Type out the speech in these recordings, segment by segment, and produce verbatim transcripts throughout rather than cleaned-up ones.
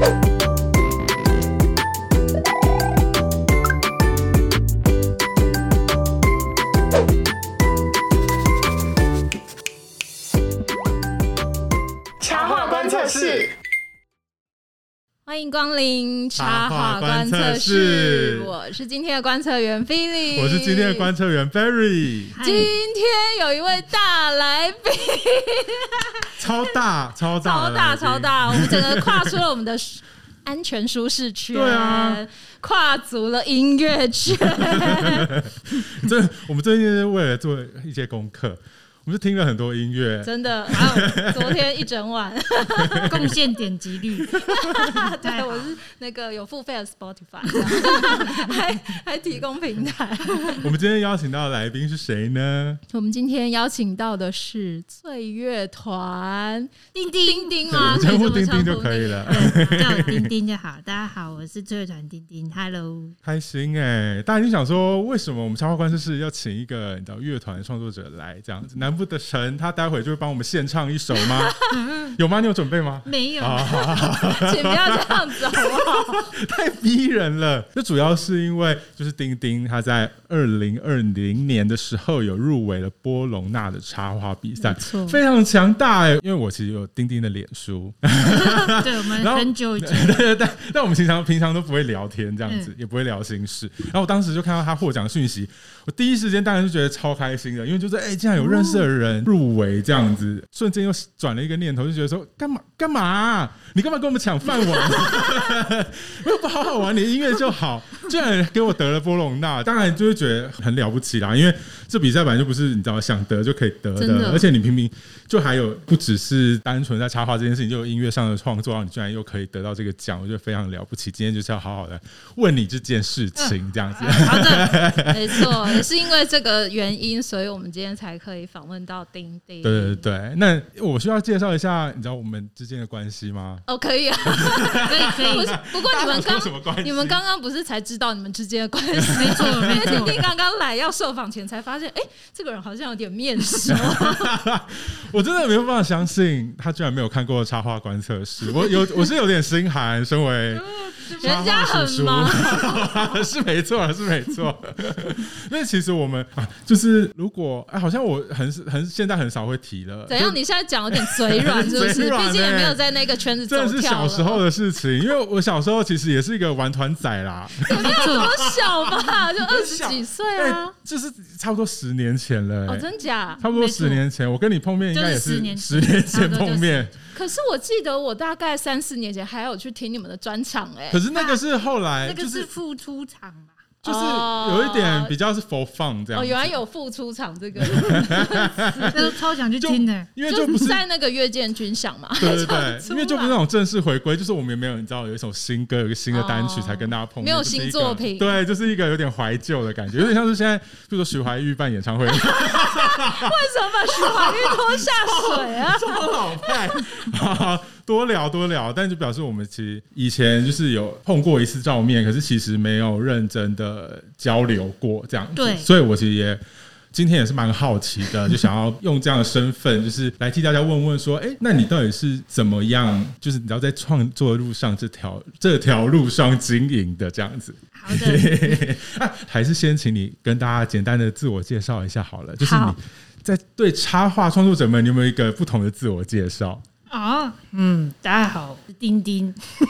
欢迎光临插画观测室，我是今天的观测员 Philly， 我是今天的观测员 Barry。 今天有一位大来宾超大超大超大超大，我们整个跨出了我们的安全舒适圈，对啊，跨足了音乐圈这我们最近是为了做一些功课，我们是听了很多音乐， 真的，还有昨天一整晚贡献点击率对，我是那个有付费的 Spotify 还, 还提供平台。 我们今天邀请到的来宾是谁呢？ 我们今天邀请到的是脆乐团丁丁丁丁吗？ 称呼丁丁就可以了， 叫我丁丁就好。大家好，我是脆乐团丁丁 ，Hello， 开心哎！大家就想说，为什么我们插画观测室要请一个你知道乐团创作者来这样子？难不的神，他待会就会帮我们献唱一首吗？有吗？你有准备吗？ 没有， 请不要这样子好不好？ 太逼人了。这主要是因为就是丁丁他在二零二零年的时候有入围了波隆纳的插画比赛，非常强大哎。因为我其实有丁丁的脸书， 对，我们很久以前， 对对对，但我们平常平常都不会聊天这样子，嗯、也不会聊心事。然后我当时就看到他获奖讯息，我第一时间当然是觉得超开心的，因为就是哎、欸，竟然有认识的人入围这样子，瞬间又转了一个念头，就觉得说干嘛干嘛、啊？你干嘛跟我们抢饭碗？没有不好好玩，你音乐就好，居然给我得了波隆纳，当然就会觉得很了不起啦。因为这比赛本来就不是你知道想得就可以得 的, 的，而且你明明就还有不只是单纯在插画这件事情，就有音乐上的创作，然后你居然又可以得到这个奖，我觉得非常了不起。今天就是要好好的问你这件事情，这样子。 嗯、好的，没错，也是因为这个原因，所以我们今天才可以访问到丁丁。 对对对，那我需要介绍一下，你知道我们之间的关系吗？ 哦，可以啊， 可以可以。 不过你们刚你们刚刚不是才知道你们之间的关系？ 没错，因为丁丁刚刚来要受访前才发现，哎、欸，这个人好像有点面熟。 我真的没有办法相信他居然没有看过插画观测室，我有我是有点心寒，身为人家很忙， 是没错，是没错。因为其实我们、啊、就是如果、啊、好像我很很现在很少会提了。 怎样？你现在讲有点嘴软，是不是？毕竟也没有在那个圈子走跳了。 这是小时候的事情，因为我小时候其实也是一个玩团仔啦。 也没有多小吧，就二十几岁啊、欸， 就是差不多十年前了、欸。 哦，真假？ 差不多十年前，我跟你碰面应该也是十年前碰面。 可是我记得我大概三四年前还有去听你们的专场哎、欸， 可是那个是后来、 啊，那个是复出场吧， 就是有一点比较是 for fun 这样。 哦，原来有复出场这个， 这超想去听的， 因为就不是在那个乐见军饷嘛， 对对对，因为就不是那种正式回归，就是我们也没有你知道有一首新歌，有一个新的单曲才跟大家碰面， 没有新作品， 对，就是一个有点怀旧的感觉，有点像是现在，比如说许怀玉办演唱会，为什么把许怀玉拖下水啊？ 超老派。多聊多聊，但就表示我们其实以前就是有碰过一次照面，可是其实没有认真的交流过这样子。 对， 所以我其实也今天也是蛮好奇的，就想要用这样的身份，就是来替大家问问说，哎、欸，那你到底是怎么样，就是你知道在创作的路上这条这条路上经营的这样子。 好的， 啊，还是先请你跟大家简单的自我介绍一下好了，就是你在对插画创作者们，你有没有一个不同的自我介绍？ 哦，嗯，大家好，我是丁丁，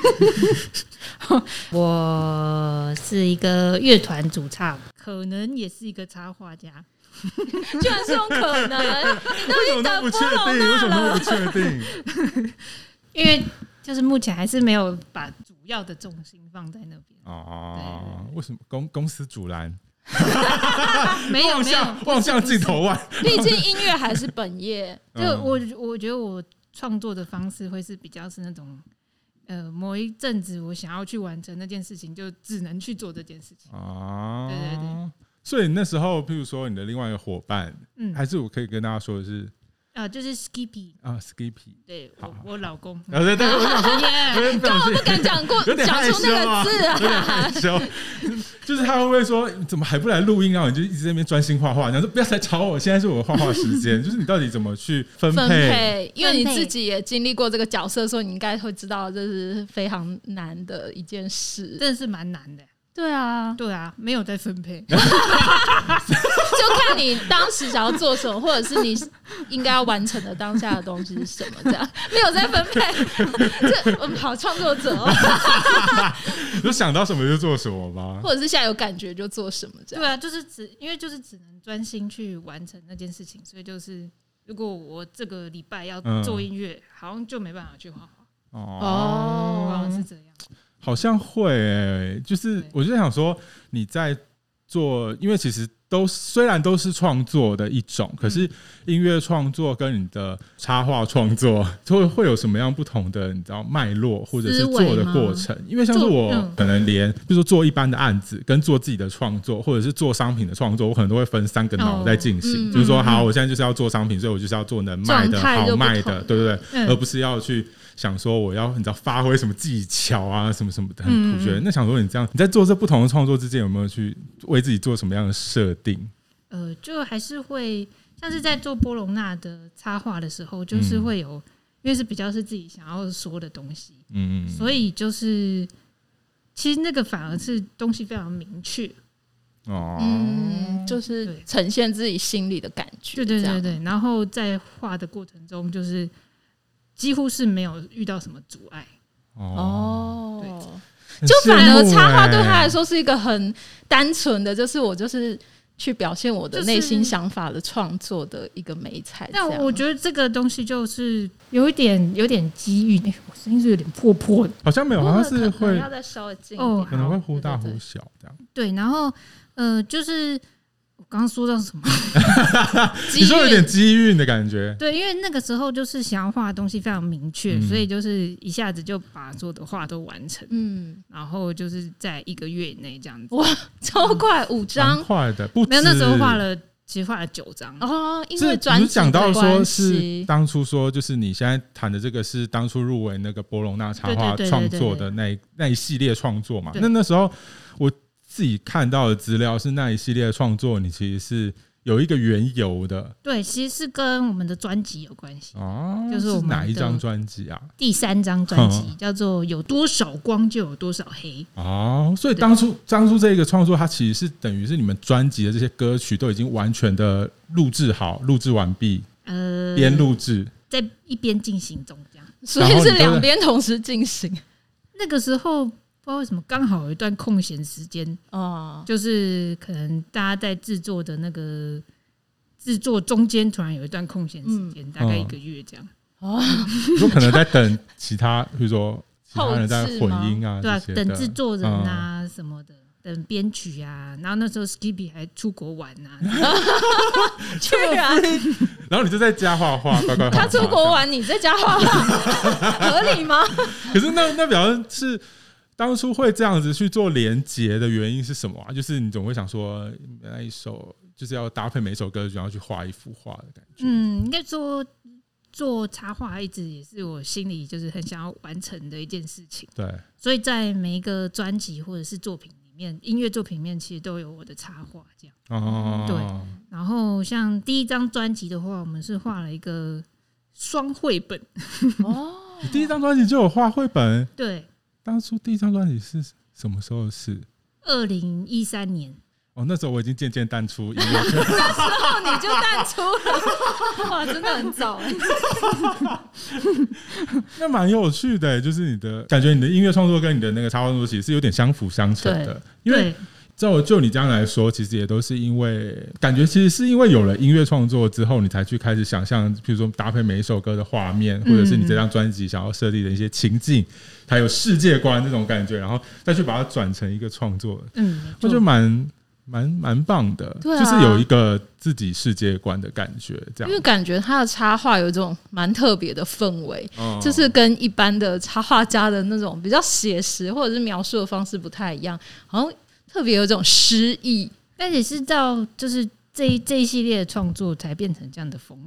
我是一个乐团主唱，可能也是一个插画家， 居然是用可能，你都已经得波隆纳了，为什么都不确定？ 因为就是目前还是没有把主要的重心放在那边。 哦，为什么公公司阻拦？ 没有没有， 望向镜头外。 毕竟音乐还是本业。 就我我觉得我创作的方式会是比较是那种，呃，某一阵子我想要去完成那件事情，就只能去做这件事情。 啊， 对对对。 所以那时候，譬如说你的另外一个伙伴，嗯，还是我可以跟大家说的是， 啊，就是 Skippy 啊 ，Skippy， 对我我老公， 啊对对，我想说， 根本不敢讲过，讲出那个字啊， 有点害羞。就是他会不会说，怎么还不来录音，然后你就一直在那边专心画画？你说不要来吵我，现在是我画画时间。就是你到底怎么去分配？ 分配，因为你自己也经历过这个角色，所以你应该会知道这是非常难的一件事， 真的是蛮难的。 对啊， 对啊，没有在分配， 就看你当时想要做什么，或者是你应该要完成的当下的东西是什么，这样没有在分配。这我们好创作者哦， 就想到什么就做什么吗？ 或者是现在有感觉就做什么，这样。 对啊，就是只因为就是只能专心去完成那件事情，所以就是如果我这个礼拜要做音乐，嗯、好像就没办法去画画。 哦， 好像是这样。 好像会、欸，就是我就在想说，你在做，因为其实都虽然都是创作的一种，可是音乐创作跟你的插画创作会会有什么样不同的，你知道脉络或者是做的过程？因为像是我可能连，比如说做一般的案子，跟做自己的创作，或者是做商品的创作，我可能都会分三个脑在进行，哦嗯、就是说，好，我现在就是要做商品，所以我就是要做能卖的好卖的，对不对？嗯、而不是要去。想说我要你知道发挥什么技巧啊什么什么的很酷学、嗯、那想说你这样你在做这不同的创作之间有没有去为自己做什么样的设定？ 呃，就还是会像是在做波隆纳的插画的时候，就是会有、嗯、因为是比较是自己想要说的东西，嗯，所以就是其实那个反而是东西非常明确哦、嗯，就是呈现自己心里的感觉， 对对对对，然后在画的过程中就是几乎是没有遇到什么阻碍哦，对，就反而插画对他来说是一个很单纯的，就是我就是去表现我的内心想法的创作的一个媒材。 但我觉得这个东西就是有一点有点机遇，我声音是有点破破的， 好像没有，好像是会要再稍微近一点， 哦， 可能会忽大忽小这样。 对，然后呃，就是我刚刚说到什么？ 你说有点机运的感觉。 对，因为那个时候就是想要画的东西非常明确、嗯，所以就是一下子就把所有的画都完成。嗯，然后就是在一个月以内这样子。 哇，超快，五张， 快的，不止没有那时候画了，其实画了九张。 哦，因为专辑讲到说是当初说，就是你现在谈的这个是当初入围那个波隆纳插画创作的那一那一系列创作嘛？那那时候我自己看到的资料是那一系列创作，你其实是有一个缘由的。 对，其实是跟我们的专辑有关系哦， 就是我们哪一张专辑啊？ 第三张专辑叫做《有多少光就有多少黑》 哦，所以当初当初这个创作，它其实是等于是你们专辑的这些歌曲都已经完全的录制好、录制完毕，呃，边录制在一边进行中，这样， 所以是两边同时进行。 那个时候。不知道为什么刚好有一段空闲时间哦，就是可能大家在制作的那个制作中间突然有一段空闲时间、嗯，大概一个月这样。哦， 有可能在等其他，比如说其他人在混音啊， 对啊，等制作人啊什么的，等编曲啊。然后那时候 Skippy 还出国玩啊， 居然， 然后你就在家画画，乖乖画画。 他出国玩，你在家画画，合理吗？ 可是那那表示是。当初会这样子去做连结的原因是什么啊？就是你总会想说，那一首就是要搭配每一首歌，就要去画一幅画的感觉。 嗯，应该说做插画一直也是我心里就是很想要完成的一件事情。 对， 所以在每一个专辑或者是作品里面，音乐作品里面其实都有我的插画这样。哦，对。然后像第一张专辑的话，我们是画了一个双绘本。 哦，你第一张专辑就有画绘本？ 对。 当初第一张专辑是什么时候的事？ 二零一三年。 哦，那时候我已经渐渐淡出音乐圈。 那时候你就淡出了，哇，真的很早哎。 那蛮有趣的，就是你的感觉，你的音乐创作跟你的那个插画创作其实是有点相辅相成的，因为。就就你这样来说，其实也都是因为感觉，其实是因为有了音乐创作之后，你才去开始想象，比如说搭配每一首歌的画面，或者是你这张专辑想要设立的一些情境，还有世界观这种感觉，然后再去把它转成一个创作，嗯，我觉得蛮蛮蛮棒的，对啊，就是有一个自己世界观的感觉，这样。 因为感觉他的插画有一种蛮特别的氛围，哦，就是跟一般的插画家的那种比较写实或者是描述的方式不太一样，好像。特别有一种诗意， 但也是到就是这一这一系列的创作才变成这样的风格。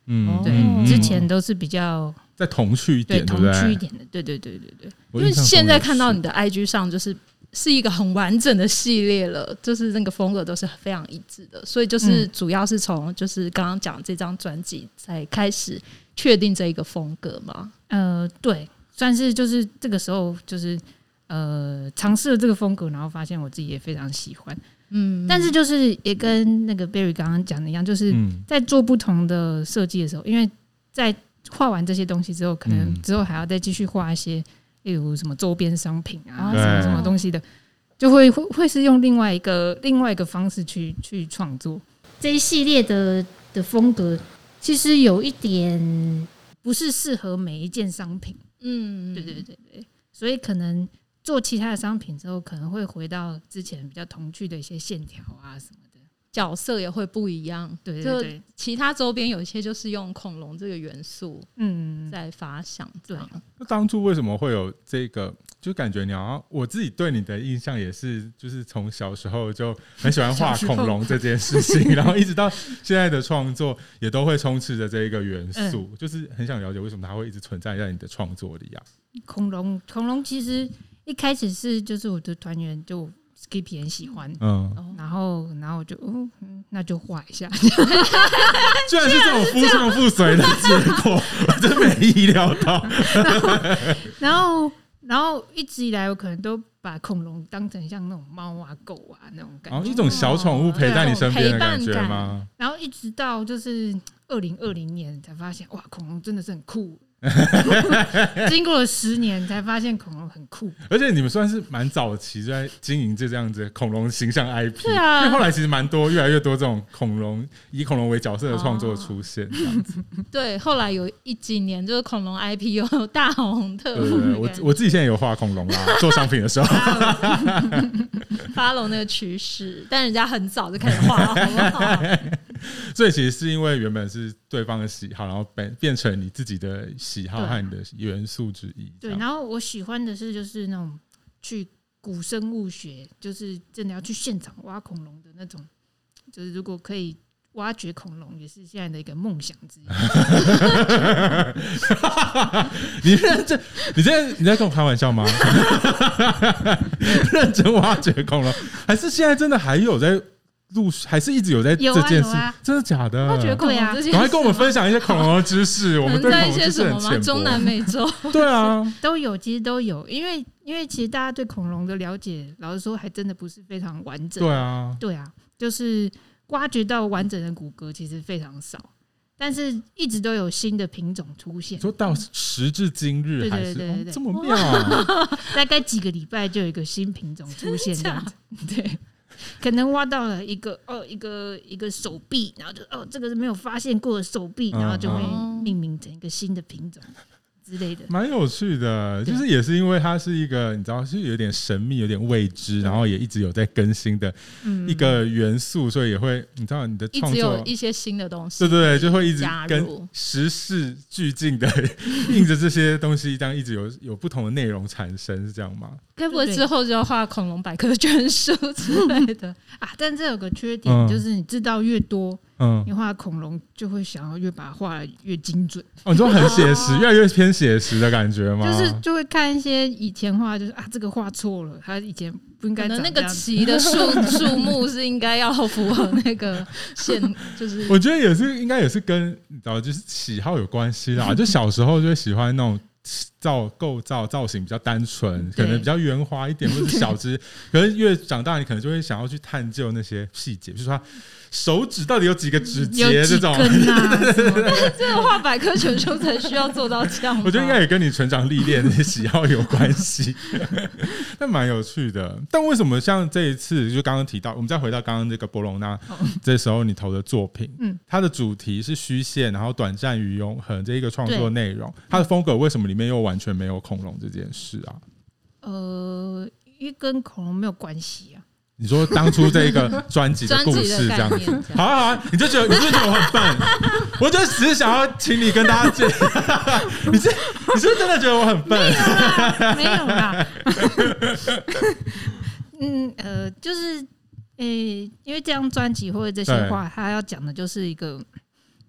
嗯，对，嗯、之前都是比较在童趣一点， 对，童趣一点的，对对对对对。 因为现在看到你的 I G 上就是是一个很完整的系列了，就是那个风格都是非常一致的，所以就是主要是从就是刚刚讲这张专辑才开始确定这一个风格嘛。 呃，对，算是就是这个时候就是呃尝试了这个风格，然后发现我自己也非常喜欢。嗯，但是就是也跟那个 Barry 刚刚讲的一样，就是在做不同的设计的时候，因为在画完这些东西之后，可能之后还要再继续画一些，例如什么周边商品啊，什么什么东西的，就会会会是用另外一个另外一个方式去去创作这一系列的的风格。其实有一点不是适合每一件商品，嗯，对对对对，所以可能做其他的商品之后，可能会回到之前比较童趣的一些线条啊什么的， 角色也会不一样。 对对对， 就其他周边有一些就是用恐龙这个元素，嗯，在发想。对， 那当初为什么会有这个？就感觉你好像我自己对你的印象也是，就是从小时候就很喜欢画恐龙这件事情，然后一直到现在的创作也都会充斥着这一个元素，嗯、就是很想了解为什么它会一直存在在你的创作里啊？ 恐龙，恐龙其实一开始是就是我的团员就 Skippy 很喜欢，嗯，然后然后我就嗯，那就画一下， 居然是这种夫唱妇随的结果，我真没意料到。 然后。然后一直以来，我可能都把恐龙当成像那种猫啊、狗啊那种感觉， 哦、一种小宠物陪在你身边的感觉吗？ 然后一直到就是二零二零年才发现，哇，恐龙真的是很酷。经过了十年才发现恐龙很酷， 而且你们算是蛮早期就在经营这样子恐龙形象 I P， 对啊， 因为后来其实蛮多越来越多这种恐龙以恐龙为角色的创作出现这样子。 哦、对，后来有一几年就是恐龙 I P 有大红特红。 对对对，我我自己现在有画恐龙啦，做商品的时候 ，follow 那个趋势，但人家很早就开始画，好不好？ 所以其实是因为原本是对方的喜好，然后变变成你自己的喜好和你的元素之一。 对，然后我喜欢的是就是那种去古生物学，就是真的要去现场挖恐龙的那种，就是如果可以挖掘恐龙，也是现在的一个梦想之一。 你认真？你在你在跟我开玩笑吗？认真挖掘恐龙，还是现在真的还有在？陆续还是一直有在这件事， 啊啊、 真的假的？ 我觉得恐龙这件事， 赶快跟我们分享一些恐龙的知识。我们对恐龙知识很浅薄。 中南美洲， 对啊， 都有，其实都有。因为因为其实大家对恐龙的了解，老实说还真的不是非常完整。 对啊， 对啊，就是挖掘到完整的骨骼其实非常少，但是一直都有新的品种出现。 说到时至今日，还是对对对对对、 哦、这么妙、啊， 大概几个礼拜就有一个新品种出现这样子，对。可能挖到了一个哦，一个一个手臂，然后就哦，这个是没有发现过的手臂，然后就会命名成一个新的品种之类的， 蛮有趣的。就是也是因为它是一个你知道是有点神秘、有点未知，然后也一直有在更新的一个元素，所以也会你知道你的创作一直有一些新的东西， 对对对，就会一直跟时事俱进的印着这些东西，这样一直有有不同的内容产生，是这样吗？ 该不会之后就要画恐龙百科全书之类的啊？但这有个缺点，嗯、就是你知道越多，嗯，你画恐龙就会想要越把它画得越精准。 哦，你说很写实，越来越偏写实的感觉吗？ 就是就会看一些以前画，就是啊，这个画错了，他以前不应该长这样子。 可能那个旗的树树木是应该要符合那个线，就是我觉得也是应该也是跟你知道就是喜好有关系啦。就小时候就会喜欢那种。造构造造型比较单纯，可能比较圆滑一点，或者是小只。可是越长大，你可能就会想要去探究那些细节，比如说他手指到底有几个指节这种。 但是这个画百科全书才需要做到这样。 我觉得应该也跟你成长历练那些喜好有关系，但蛮有趣的。但为什么像这一次，就刚刚提到，我们再回到刚刚这个波隆纳，这时候你投的作品，嗯，它的主题是虚线，然后短暂与永恒这一个创作内容，它的风格为什么里面又完全没有恐龙这件事啊？ 呃，因为跟恐龙没有关系啊。 你说当初这一个专辑的故事这样子，好啊好啊，你就觉得你就觉得我很笨，我就只是想要请你跟大家介绍，你是你是真的觉得我很笨？ 没有啦，没有啦。嗯呃，就是诶、欸，因为这张专辑或者这些话，他要讲的就是一个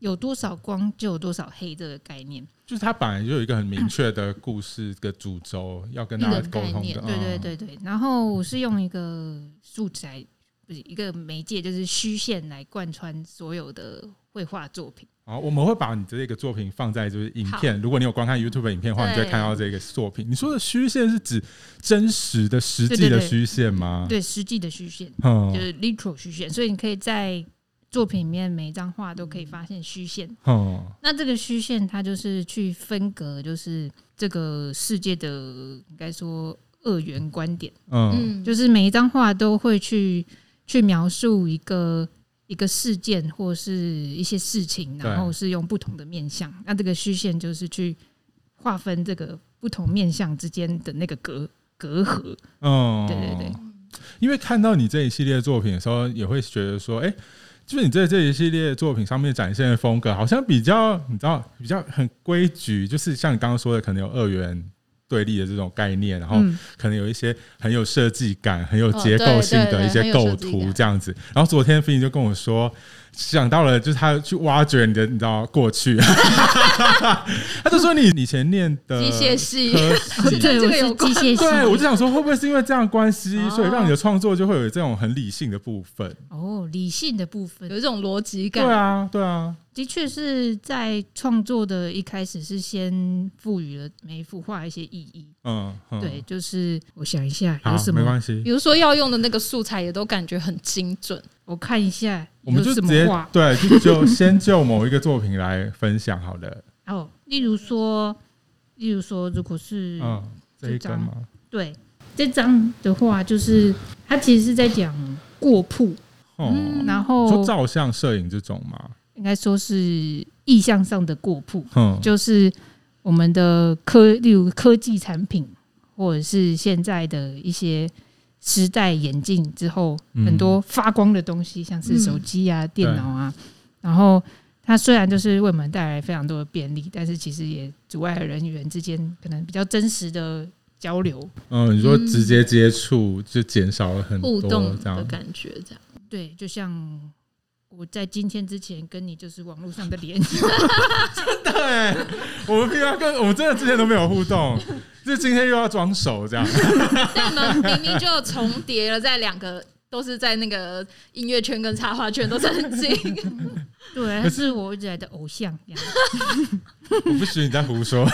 有多少光就有多少黑这个概念， 就是它本来就有一个很明确的故事的主轴要跟大家沟通的。 对对对对。然后我是用一个素材，不是一个媒介，就是虚线来贯穿所有的绘画作品。 好，我们会把你这个作品放在就是影片，如果你有观看 YouTube 影片的话，你就会看到这个作品。你说的虚线是指真实的实际的虚线吗？ 对，实际的虚线，嗯，就是 literal 虚线。所以你可以在作品里面每一张画都可以发现虚线。嗯，那这个虚线它就是去分隔，就是这个世界的应该说二元观点。嗯，就是每一张画都会去去描述一个。一个事件或是一些事情，然后是用不同的面向，那这个虚线就是去划分这个不同面向之间的那个隔隔阂。嗯，对对对。 因为看到你这一系列作品的时候，也会觉得说，哎、欸，就是你这这一系列作品上面展现的风格，好像比较你知道比较很规矩，就是像你刚刚说的，可能有二元对立的这种概念，然后可能有一些很有设计感、很有结构性的一些构图这样子。然后昨天菲尼就跟我说，想到了就是他去挖掘你的你知道过去，他就说你以前念的机械系， 对，我是机械系， 对，我就想说会不会是因为这样的关系，所以让你的创作就会有这种很理性的部分。 哦，理性的部分有一种逻辑感。 对啊，对啊。 的确是在创作的一开始是先赋予了每一幅画一些意义。嗯，嗯对，就是我想一下有什么， 没关系。 比如说要用的那个素材也都感觉很精准。 我看一下我们就直接对，就就先就某一个作品来分享好了。 哦，例如说，例如说，如果是嗯这一张吗？ 对，这张的话，就是它其实是在讲过曝，嗯，然后说照相摄影这种嘛。 应该说是意象上的过曝，嗯，就是我们的科，例如科技产品，或者是现在的一些时代演进之后，嗯、很多发光的东西，像是手机啊、嗯、电脑啊，然后它虽然就是为我们带来非常多的便利，但是其实也阻碍了人与人之间可能比较真实的交流。 嗯，你说直接接触就减少了很多互动的感觉，这样对，就像。我在今天之前跟你就是网络上的连接， 真的哎，我们平常跟我们真的之前都没有互动，就今天又要装熟这样。 但我们明明就重叠了，在两个都是在那个音乐圈跟插画圈都是很近。 对，可是我一直来的偶像。 我不许你在胡说。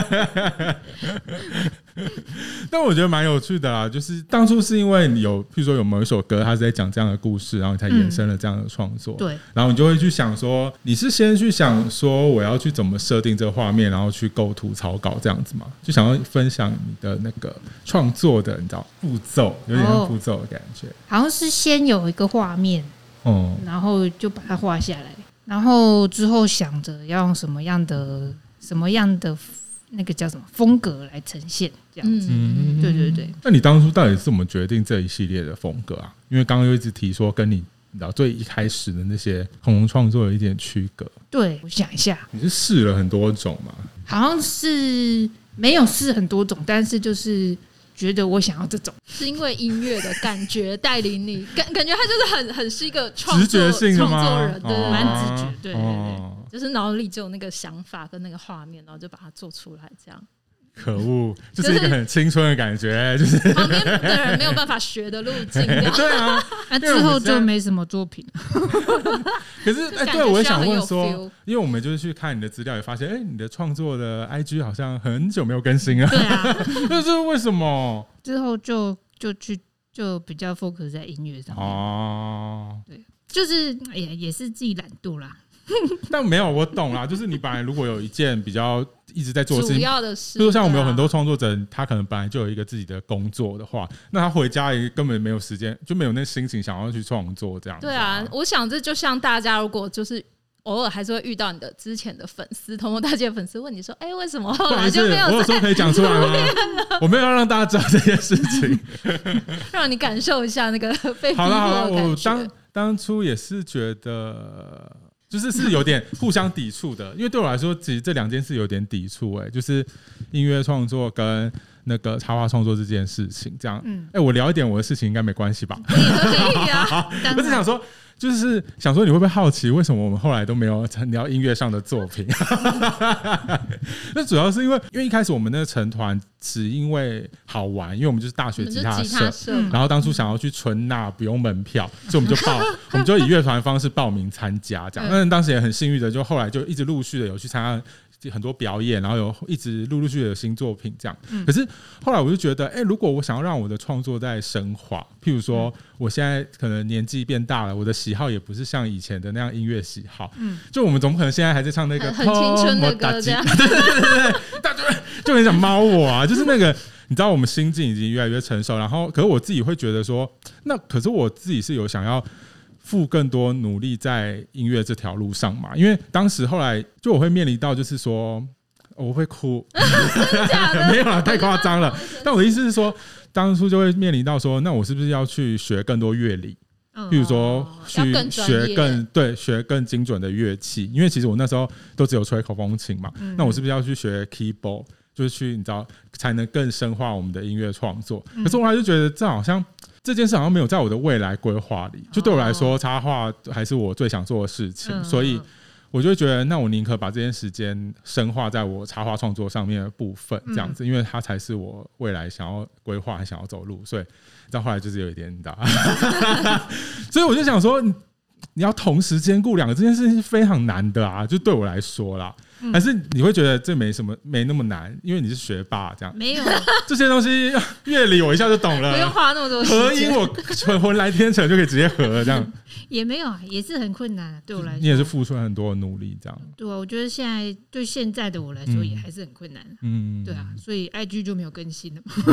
但我觉得蛮有趣的啦，就是当初是因为你有，譬如说有某一首歌，它是在讲这样的故事，然后你才衍生了这样的创作。嗯、 对， 然后你就会去想说，你是先去想说我要去怎么设定这个画面，然后去构图草稿这样子嘛，就想要分享你的那个创作的，你知道步骤，有点像步骤的感觉、哦。 好像是先有一个画面，哦、嗯，然后就把它画下来，然后之后想着要用什么样的什么样的。那个叫什么风格来呈现这样子、嗯、对对对。 那你当初到底是怎么决定这一系列的风格啊？因为刚刚又一直提说跟你你知道最一开始的那些恐龙创作有一点区隔。 对，我想一下， 你是试了很多种吗？ 好像是没有试很多种，但是就是觉得我想要这种， 是因为音乐的感觉带领你，感感觉他就是很很是一个创作直觉性的吗？ 创作人，对， 蛮、哦、直觉，对对对。哦， 就是脑里就有那个想法跟那个画面，然后就把它做出来，这样。 可恶，就是一个很青春的感觉，就是旁边的人没有办法学的路径。 对啊， 那之后就没什么作品。 可是，哎、欸，对，我也想问说，因为我们就是去看你的资料，也发现，哎、欸，你的创作的 I G 好像很久没有更新了。 对啊， 那是为什么？ 之后就就去就比较 focus 在音乐上面。哦，对，就是也也是自己懒惰啦。 但没有，我懂啦，就是你本来如果有一件比较一直在做的事情， 主要的事， 比如说像我们有很多创作者，他可能本来就有一个自己的工作的话，那他回家也根本没有时间，就没有那心情想要去创作这样。 对啊，我想这就像大家如果就是偶尔还是会遇到你的之前的粉丝，同盟大街的粉丝问你说：“哎、欸，为什么后来就没有？” 我有时候可以讲出来吗？我没有要让大家知道这件事情， 让你感受一下那个被逼迫的感觉。好了好了，我当当初也是觉得。就是是有点互相抵触的，因为对我来说，其实这两件事有点抵触、欸。哎，就是音乐创作跟那个插画创作这件事情，这样，哎、 嗯欸，我聊一点我的事情应该没关系吧？ 可以啊， 我只想说，就是想说你会不会好奇，为什么我们后来都没有聊音乐上的作品？那主要是因为，因为一开始我们那个成团只因为好玩，因为我们就是大学吉他社， 社然后当初想要去春吶不用门票，所以我们就报，我们就以乐团方式报名参加，这样。但是当时也很幸运的，就后来就一直陆续的有去参加很多表演，然后有一直陆陆续续的新作品这样。嗯、可是后来我就觉得，哎、欸，如果我想要让我的创作再深化，譬如说我现在可能年纪变大了，我的喜好也不是像以前的那样音乐喜好，嗯，就我们总不可能现在还在唱那个很青春的歌这样， 对对对对对，大家就很想猫我啊，就是那个。你知道我们心境已经越来越成熟，然后可是我自己会觉得说，那可是我自己是有想要付更多努力在音乐这条路上嘛，因为当时后来就我会面临到就是说我会哭，没有啦，太夸张了。但我的意思是说，当初就会面临到说，那我是不是要去学更多乐理？比如说去学更对学更精准的乐器，因为其实我那时候都只有吹口风琴嘛，嗯、那我是不是要去学 keyboard？就是去你知道才能更深化我们的音乐创作，嗯、可是我还是觉得这好像这件事好像没有在我的未来规划里，就对我来说插画还是我最想做的事情，嗯、所以我就会觉得那我宁可把这件时间深化在我插画创作上面的部分这样子，嗯、因为它才是我未来想要规划还想要走路，所以到后来就是有一点你知道所以我就想说你要同时兼顾两个这件事情是非常难的啊，就对我来说啦。还是你会觉得这没什么没那么难，因为你是学霸这样。 没有这些东西乐理我一下就懂了， 不用花那么多时间。 合音我浑来天成就可以直接合了这样。 也没有啊，也是很困难、啊、对我来说。 你也是付出了很多的努力这样。 对啊，我觉得现在对现在的我来说也还是很困难。嗯，对啊，所以 I G 就没有更新了嘛。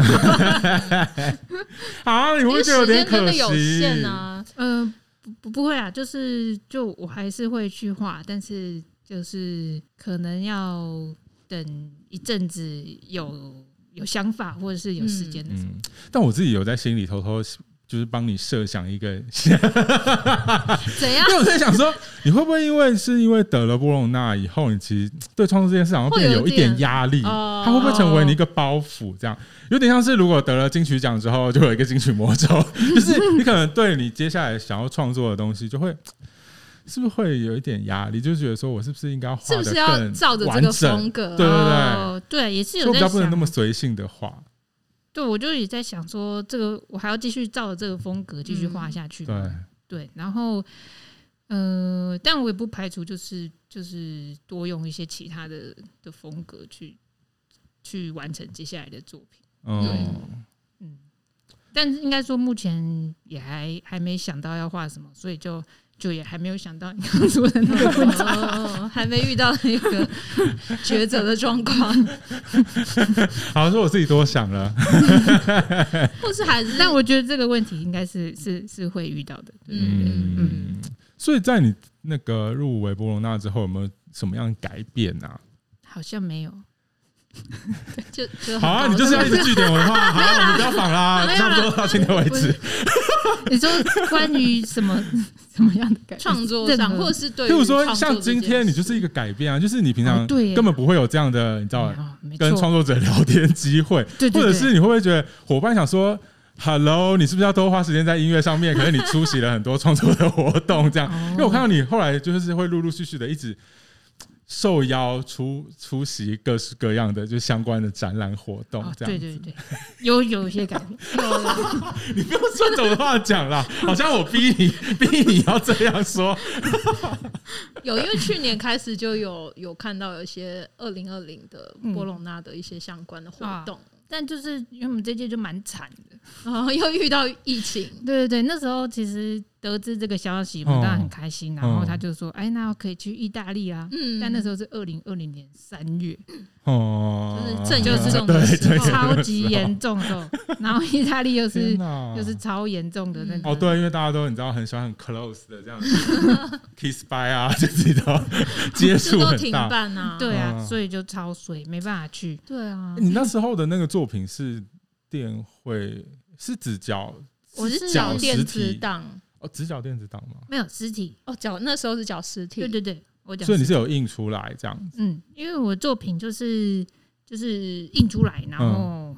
啊，你会觉得有点可惜？ 有限啊。 嗯、呃，不不会啊，就是就我还是会去画，但是。就是可能要等一阵子有有想法或者是有时间的时候、嗯嗯， 但我自己有在心里偷偷就是帮你设想一个怎样？ 因为我在想说，你会不会因为是因为得了波隆纳以后，你其实对创作这件事好像变得有一点压力，它会不会成为你一个包袱？这样有点像是如果得了金曲奖之后，就有一个金曲魔咒，就是你可能对你接下来想要创作的东西就会。是不是会有一点压力？就是觉得说我是不是应该画得更完整？是不是要照着这个风格？ 对对对， 哦、对，也是有在想， 比较不能那么随性的画。 对，我就也在想说，这个我还要继续照着这个风格继续画下去、嗯。对对，然后呃，但我也不排除就是就是多用一些其他的的风格去去完成接下来的作品。嗯嗯，但是应该说目前也还还没想到要画什么，所以就。就也还没有想到你刚刚说的那个问题、 哦，还没遇到那个抉择的状况。 好，说我自己多想了， 或是还是， 但我觉得这个问题应该是是是会遇到的。对对对，嗯嗯。所以在你那个入围波隆纳之后，有没有什么样的改变啊？ 好像没有。 就就好啊，你就是要一直据点我的话，好、啊，我们不要仿啦，差不多到今天为止。 你说关于什么什么样的改变？ 创作上，或者是对， 譬如说像今天你就是一个改变啊，就是你平常根本不会有这样的，你知道，跟创作者聊天机会， 对对对， 或者是你会不会觉得伙伴想说 ，Hello， 你是不是要多花时间在音乐上面？可是你出席了很多创作的活动，这样，哦、因为我看到你后来就是会陆陆续续的一直。受邀出出席各式各样的就相关的展览活动，这样子、哦、对对对，有有一些改变。 你不用顺着我的话讲啦，好像我逼你逼你要这样说。 有，因为去年开始就有有看到有一些二零二零的波隆纳的一些相关的活动。嗯啊， 但就是因为我们这届就蛮惨的， 哦，又遇到疫情。 对对对，那时候其实得知这个消息，我们当然很开心。哦、然后他就说：“哎，那可以去意大利啊。”嗯，但那时候是二零二零年三月， 哦，就是正严重的时候， 超级严重的。然后意大利又是又是超严重的那个。 哦，对，因为大家都你知道很喜欢很 close 的这样子 ，kiss by 啊，就知道接触很大， 都停办啊， 对啊，所以就超衰，没办法去。 对啊， 你那时候的那个作品是电绘，是只缴， 我是缴电子档。 哦，只缴电子档吗？ 没有实体哦，缴那时候是缴实体。 对对对，我所以你是有印出来这样子。 嗯，因为我作品就是就是印出来，然后还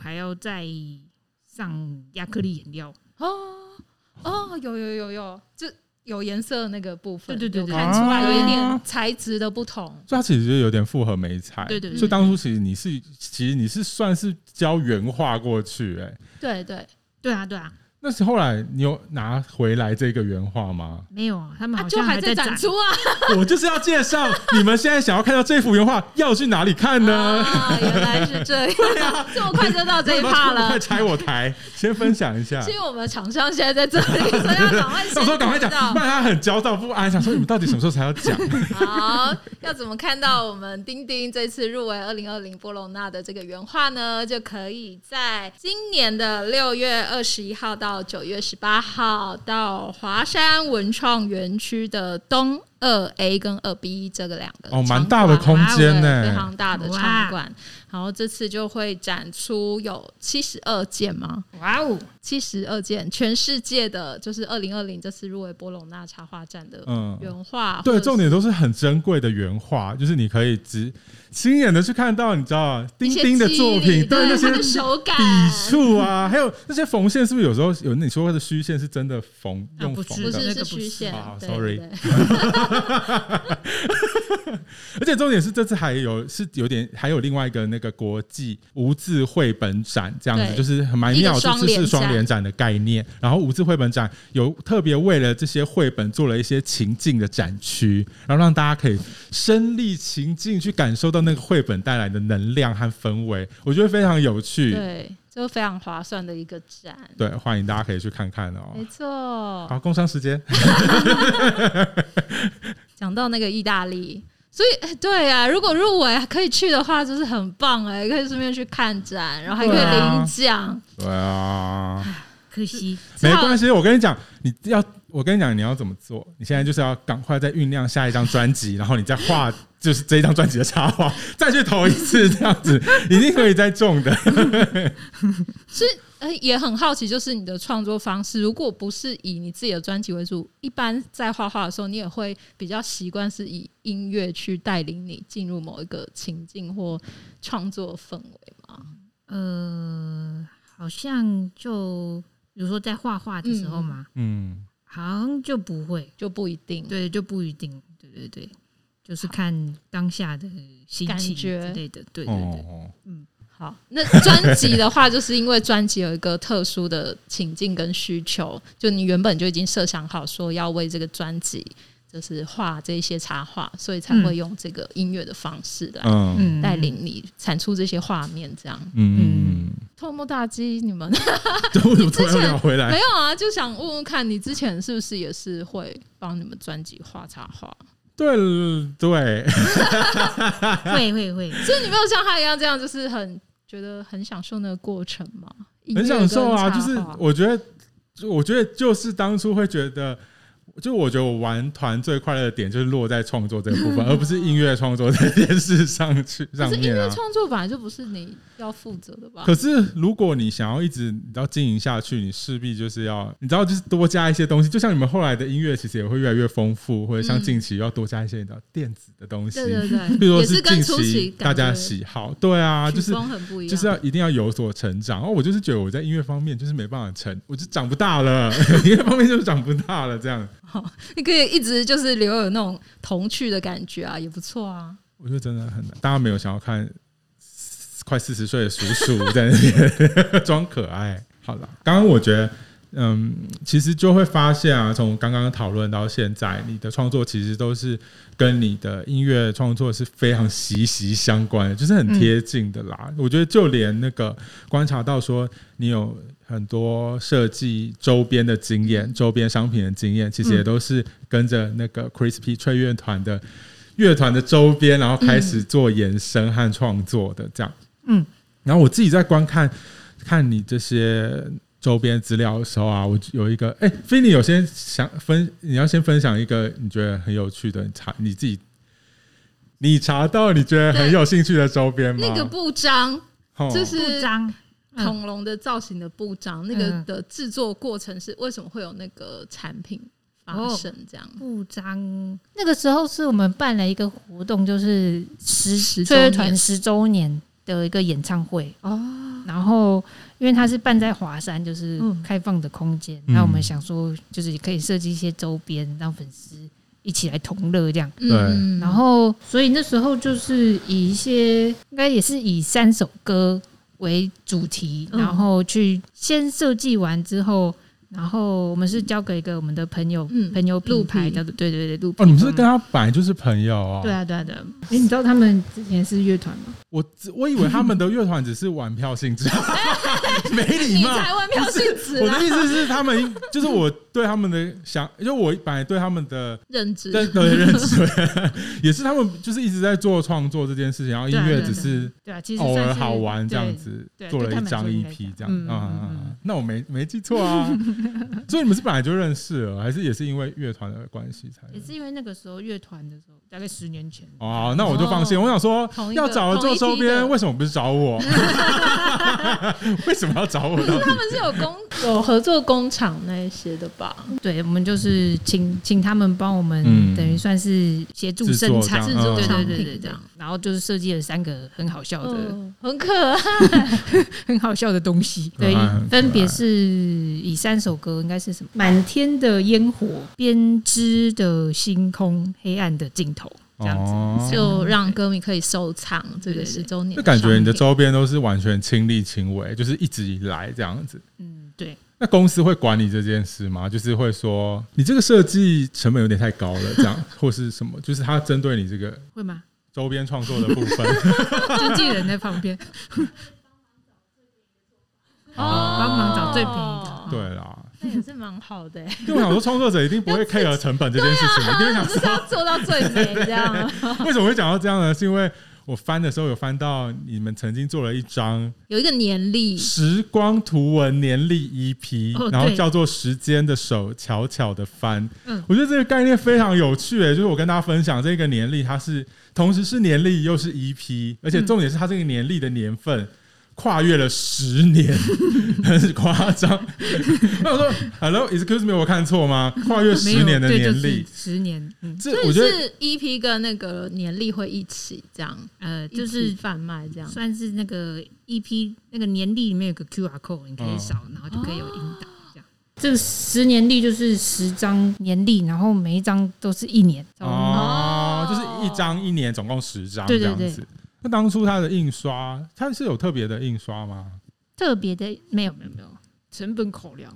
还要再上亚克力颜料。 哦哦，有有有有，就有颜色的那个部分， 对对对对， 看出来有一点材质的不同， 所以它其实就有点复合媒材。 对对对， 所以当初其实你是其实你是算是教原画过去、欸， 对对对啊对啊。 那是后来你有拿回来这个原画吗？ 没有啊，他们好啊、就还像在展出啊。 我就是要介绍你们现在想要看到这幅原画要去哪里看呢？ 啊，原来是这样，啊、这么快就到这一趴了， 快拆我台，先分享一下。 是因为我们厂商现在在这里，所以要赶快先想说赶快讲，不然他很焦躁不安，想说你们到底什么时候才要讲？ 好，要怎么看到我们丁丁这次入围二零二零波隆纳的这个原画呢？就可以在今年的六月二十一号到九月十八号到华山文创园区的东二 A 跟二 B 这个两个哦，蛮大的空间呢， 非常大的场馆。然后这次就会展出有七十二件吗？ 哇哦， 七十二件，全世界的，就是二零二零这次入围波隆纳插画展的原画。 嗯、对，重点都是很珍贵的原画，就是你可以只亲眼的去看到，你知道丁丁的作品，对那些手感、 笔触啊，还有那些缝线，是不是有时候有你说的虚线是真的缝、啊、用缝的？ 不是，是虚线。 好 ，sorry。而且重点是这次还有是有点还有另外一个那个国际无字绘本展，这样子就是很蛮妙，这次是双联展的概念。然后无字绘本展有特别为了这些绘本做了一些情境的展区，然后让大家可以身临情境去感受到那个绘本带来的能量和氛围，我觉得非常有趣。 对，就非常划算的一个展。 对，欢迎大家可以去看看哦。 没错。 好，工商时间。 讲到那个意大利，所以对啊，如果入围可以去的话，就是很棒哎、欸，可以顺便去看展，然后还可以领奖。 对啊， 可惜没关系。我跟你讲，你要我跟你讲，你要怎么做？你现在就是要赶快再酝酿下一张专辑，然后你再画就是这一张专辑的插画，再去投一次，这样子一定可以再中的。 是。呃，也很好奇，就是你的创作方式，如果不是以你自己的专辑为主，一般在画画的时候，你也会比较习惯是以音乐去带领你进入某一个情境或创作氛围吗？ 呃，好像就比如说在画画的时候嘛，嗯，好像就不会， 就不一定， 对，就不一定，对对对，就是看当下的心情之类的，对对对，哦、嗯。 好，那专辑的话，就是因为专辑有一个特殊的情境跟需求，就你原本就已经设想好说要为这个专辑就是画这些插画，所以才会用这个音乐的方式来带领你产出这些画面，这样。嗯，偷摸大鸡，你们这为什么突然要回来？ 没有啊，就想问问看你之前是不是也是会帮你们专辑画插画？ 对对， 会会会， 所以你没有像他一样这样，就是很。觉得很享受那个过程吗？ 很享受啊！就是我觉得，我觉得就是当初会觉得，就我觉得我玩团最快乐的点就是落在创作这个部分，而不是音乐创作这件事上去上面啊。可是音乐创作本来就不是你要负责的吧？ 可是如果你想要一直你知道经营下去，你势必就是要你知道就是多加一些东西，就像你们后来的音乐其实也会越来越丰富，或者像近期要多加一些你知道电子的东西， 对对对， 比如说是近期大家喜好，对啊，就是就是要一定要有所成长。然后我就是觉得我在音乐方面就是没办法成，我就长不大了，音乐方面就是长不大了，这样。 好，你可以一直就是留有那种童趣的感觉啊，也不错啊。 我觉得真的很难，大家没有想要看快四十岁的叔叔在那边装可爱。好了，刚刚我觉得，嗯，其实就会发现啊，从刚刚讨论到现在，你的创作其实都是跟你的音乐创作是非常息息相关的，就是很贴近的啦。嗯、我觉得就连那个观察到说，你有很多设计周边的经验、周边商品的经验，其实也都是跟着那个 Crispy 脆乐团的乐团的周边，然后开始做延伸和创作的这样。嗯，然后我自己在观看看你这些周边资料的时候啊，我有一个哎，菲尼有先想分，你要先分享一个你觉得很有趣的，你查你自己你查到你觉得很有兴趣的周边吗？ 那个布章，就是布章。 恐龙的造型的布章，那个的制作过程是为什么会有那个产品发生？这样、哦、 布章那个时候是我们办了一个活动，就是十脆乐团十周年的一个演唱会哦。 然后因为它是办在华山，就是开放的空间，那、嗯、我们想说就是也可以设计一些周边，让粉丝一起来同乐这样。 对， 然后所以那时候就是以一些应该也是以三首歌为主题，然后去先设计完之后。然后我们是交给一个我们的朋友，嗯、朋友品牌叫做对对对陆哦，你们是跟他本来就是朋友哦？ 对啊对啊对啊。哎，你知道他们之前是乐团吗？ 我我以为他们的乐团只是玩票性质，没礼貌。 你才玩票性质。 我的意思是，他们就是我对他们的想，就我本来对他们的认知， 对对认知，也是他们就是一直在做创作这件事情，然后音乐只是对啊，其实偶尔好玩这样子，做了一张 E P 这样啊。那我没没记错啊。所以你们是本来就认识了，还是也是因为乐团的关系才？ 也是因为那个时候乐团的时候，大概十年前。 哦，那我就放心。哦、我想说，要找了做周边，为什么不是找我？为什么要找我？ 他们是有工有合作工厂那一些的吧？ 对，我们就是请请他们帮我们，嗯、等于算是协助生产、 制作商品这样。然后就是设计了三个很好笑的、 嗯、很可爱、 很好笑的东西。对，分别是以三首歌，应该是什么？满天的烟火、编织的星空、黑暗的尽头。这样子、哦、 就让歌迷可以收藏这个十周年， 就感觉你的周边都是完全亲力亲为，就是一直以来这样子。 嗯，对。 那公司会管你这件事吗？就是会说你这个设计成本有点太高了，这样或是什么？就是他针对你这个会吗？ 周边创作的部分， 经纪人在旁边帮忙找最便宜的。 对啦。 那也是蛮好的、欸， 因为我想说，创作者一定不会 care 成本这件事情，一定会想说要做到最美这样。 为什么会讲到这样呢？是因为我翻的时候有翻到你们曾经做了一张有一个年历时光图文年历 E P，、哦、然后叫做《时间的手悄悄的翻》。嗯，我觉得这个概念非常有趣、欸，就是我跟大家分享这个年历，它是同时是年历又是 E P， 而且重点是它这个年历的年份。跨越了十年，很夸张。那我说 ，Hello, excuse me， 我看错吗？跨越十年的年历， 十年， 嗯，这我觉得是 E P 跟那个年历会一起这样， 呃，就是贩卖这样， 算是那个 E P 那个年历里面有个 Q R code， 你可以扫，哦、然后就可以有引导这样。这个十年历就是十张年历，然后每一张都是一年。 哦，就是一张一年，总共十张这样子。对对对。那当初它的印刷，它是有特别的印刷吗？ 特别的没有没有没有，成本考量。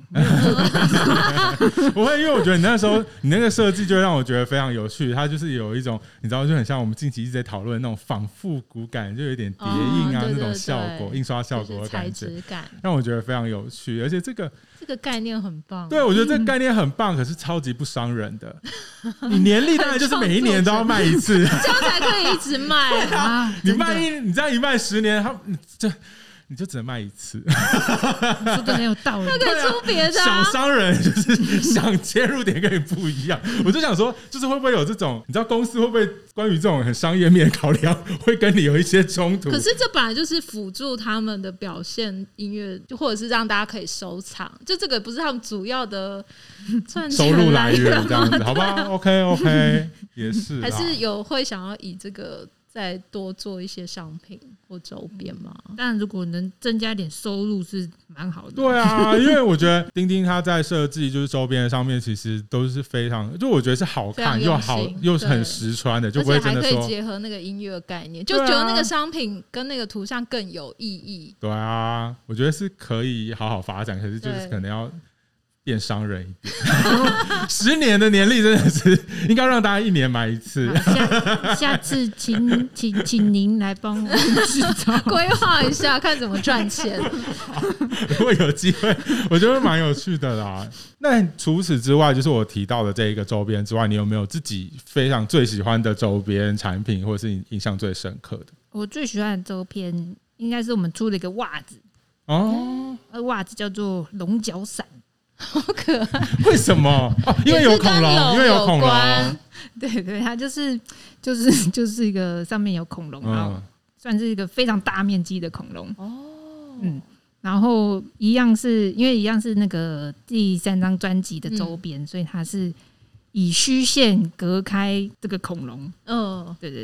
不会，因为我觉得你那时候你那个设计就让我觉得非常有趣，它就是有一种你知道就很像我们近期一直在讨论那种仿复古感，就有点叠印啊、哦、对对对那种效果，印刷效果的感觉， 材质感让我觉得非常有趣，而且这个这个概念很棒。 对，我觉得这个概念很棒，可是超级不伤人的。你年历当然就是每一年都要卖一次， 这样才可以一直卖啊！ 你卖一，你这样一卖十年，它这。你就只能卖一次， 说的很有道理。 那可以出别的、 啊。小商人就是想切入点跟你不一样，我就想说，就是会不会有这种，你知道公司会不会关于这种很商业面的考量，会跟你有一些冲突？ 可是这本来就是辅助他们的表现音乐，或者是让大家可以收藏，就这个不是他们主要的赚钱收入来源，这样子，好吧 ？OK OK， 也是， 还是有会想要以这个。再多做一些商品或周边嘛， 当然如果能增加一点收入是蛮好的。 对啊，因为我觉得丁丁他在设计就是周边上面其实都是非常，就我觉得是好看又好又很实穿的，就不会真的说， 而且还可以结合那个音乐概念，就觉得那个商品跟那个图像更有意义。 对啊，我觉得是可以好好发展，可是就是可能要变商人一点。十年的年历真的是应该让大家一年买一次。 下, 下次请请请您来帮我们制造规划一下，看怎么赚钱。 如果有机会，我觉得蛮有趣的啦。那除此之外，就是我提到的这一个周边之外，你有没有自己非常最喜欢的周边产品，或者是你印象最深刻的？ 我最喜欢的周边应该是我们出了一个袜子哦， 袜子叫做龙角伞。 好可爱！ 为什么？哦，因为有恐龙，因为有恐龙。 对对，它就是就是就是一个上面有恐龙，然后算是一个非常大面积的恐龙。哦，嗯，然后一样是因为一样是那个第三张专辑的周边，嗯，所以它是以虚线隔开这个恐龙。嗯，对对对。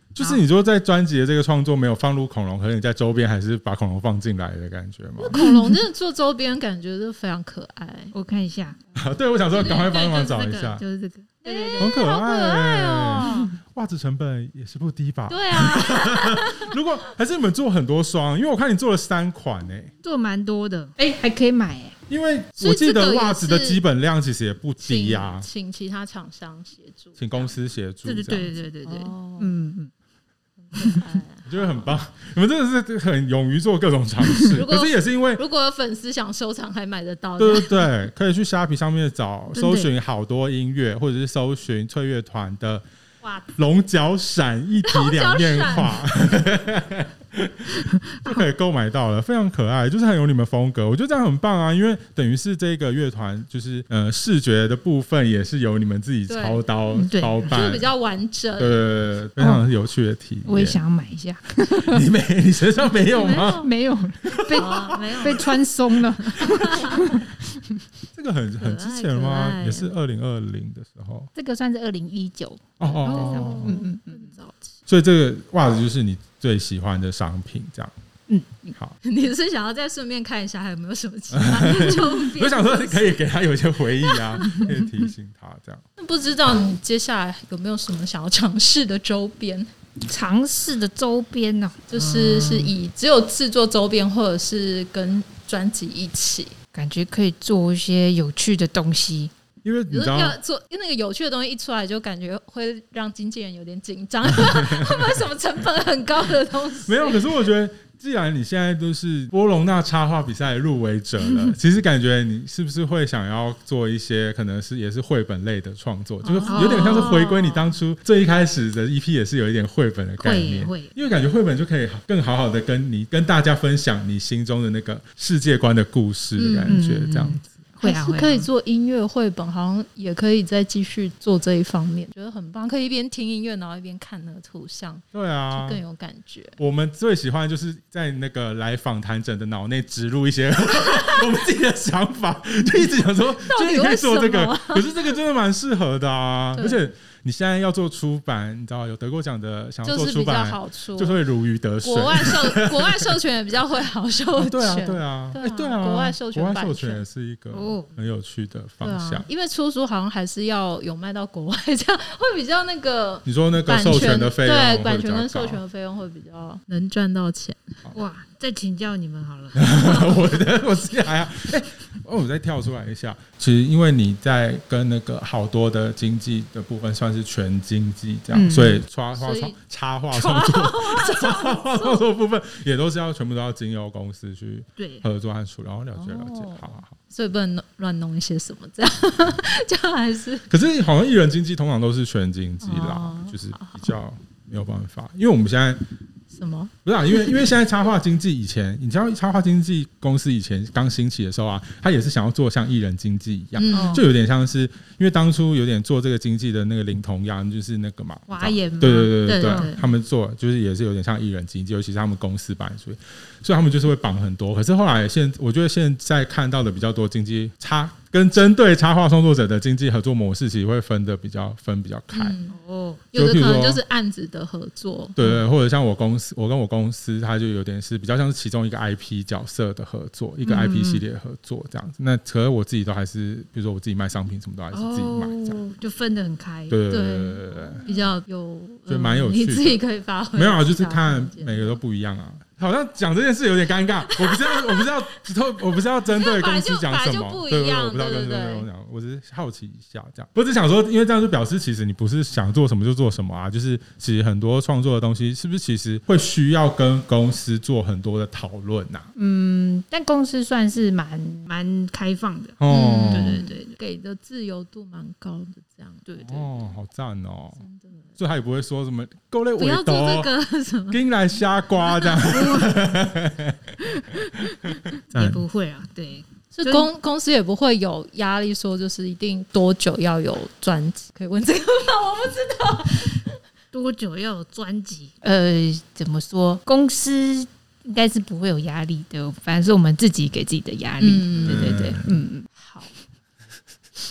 就是你说在专辑的这个创作没有放入恐龙，可能你在周边还是把恐龙放进来的感觉吗？ 恐龙真的做周边感觉就非常可爱。 我看一下， 对，我想说赶快帮忙找一下， 就是这个，对对对， 很可爱， 好可爱哦！ 袜子成本也是不低吧？ 对啊， 如果还是你们做很多双，因为我看你做了三款呢、欸， 做蛮多的，哎、欸，还可以买哎、欸。 因为我记得袜子的基本量其实也不低啊， 请, 请其他厂商协助， 请公司协助， 对对对对对对，哦、嗯嗯。 我觉得很棒，你们真的是很勇于做各种尝试。可是也是因为， 如果有粉丝想收藏，还买得到。 对对对，可以去虾皮上面找，搜寻好多音乐，或者是搜寻翠乐团的龙角闪一体两面画，就可以购买到了，非常可爱，就是很有你们风格。我觉得这样很棒啊，因为等于是这个乐团，就是呃视觉的部分也是由你们自己操刀操办， 就是比较完整， 对对对，非常有趣的体验。 我也想要买一下， 你没，你身上没有吗？ 没有，被、哦、没有被穿松了。 这个很很之前了吗？也是二零二零的时候， 这个算是二零一九。 哦哦哦， 嗯嗯嗯， 所以这个袜子就是你最喜欢的商品，这样。 嗯， 好。 你是想要再顺便看一下还有没有什么其他周边？ 我想说可以给他有一些回忆啊，可以提醒他这样。 不知道你接下来有没有什么想要尝试的周边？ 尝试的周边呢、啊， 就是是以只有制作周边，或者是跟专辑一起， 感觉可以做一些有趣的东西。 因为你知道， 要做那个有趣的东西一出来，就感觉会让经纪人有点紧张，会不会什么成本很高的东西？ 没有，可是我觉得，既然你现在都是波隆纳插画比赛的入围者了，其实感觉你是不是会想要做一些可能是也是绘本类的创作，就是有点像是回归你当初最一开始的 E P 也是有一点绘本的概念，因为感觉绘本就可以更好好的跟你跟大家分享你心中的那个世界观的故事的感觉，这样子。 还是可以做音乐绘本，好像也可以再继续做这一方面，觉得很棒，可以一边听音乐，然后一边看那个图像， 对啊， 就更有感觉。 我们最喜欢的就是在那个来访谈者的脑内植入一些我们自己的想法，就一直想说，就是你可以做这个，可是这个真的蛮适合的啊，而且。你现在要做出版，你知道有得过奖的，想要做出版，就是会如鱼得水。 国外授国外授权也比较会好授权， 对啊，对啊，对啊，对啊， 国外授权， 国外授权也是一个很有趣的方向。 因为出书好像还是要有卖到国外，这样会比较那个。 你说那个授权的费用， 对，版权跟授权的费用会比较能赚到钱。 哇，再请教你们好了。 我的我自己还好，哎、欸，哦，我再跳出来一下。其实因为你在跟那个好多的经济的部分算是全经济这样，嗯、所以插画插画创作、插画创作部分也都是要全部都要经由公司去合作和处理。然后了解了解，好好好。 所以不能乱弄一些什么这样，这样还是。 可是好像艺人经济通常都是全经济啦，哦、就是比较没有办法，因为我们现在。 什么？ 不是啊，因为因为现在插画经济以前，你知道插画经纪公司以前刚兴起的时候啊，他也是想要做像艺人经济一样，嗯、就有点像是因为当初有点做这个经济的那个领头羊就是那个嘛， 华研嘛， 对对对 对, 对, 对，他们做就是也是有点像艺人经济，尤其是他们公司版，所以所以他们就是会绑很多。可是后来现我觉得现在看到的比较多经济插。跟针对插画创作者的经济合作模式，其实会分的比较分比较开。嗯、 哦，有的可能就是案子的合作， 对对，或者像我公司，我跟我公司，它就有点是比较像是其中一个 I P 角色的合作，一个 I P 系列合作这样子。嗯、那可是我自己都还是，比如说我自己卖商品什么都还是自己买这样， 哦、就分得很开。 对对对对对对， 比较有， 就蛮有趣的， 你自己可以发挥。 没有啊，就是看每个都不一样啊。好像讲这件事有点尴尬，我不是要，我不是要，我不是要针对公司讲什么，对对，我不知道跟针对公司讲，我只是好奇一下这样。我只想说，因为这样就表示其实你不是想做什么就做什么啊，就是其实很多创作的东西，是不是其实会需要跟公司做很多的讨论呐？ 嗯，但公司算是蛮蛮开放的哦，对对对， 给的自由度蛮高的，这样对对哦，好赞哦，所以他也不会说什么够累， 不要做这个什么， 跟来瞎刮这样。 也不会啊，对， 是公公司也不会有压力，说就是一定多久要有专辑，可以问这个吗？我不知道多久要有专辑。呃，怎么说？公司应该是不会有压力的，反正是我们自己给自己的压力。嗯、对对对，嗯，好。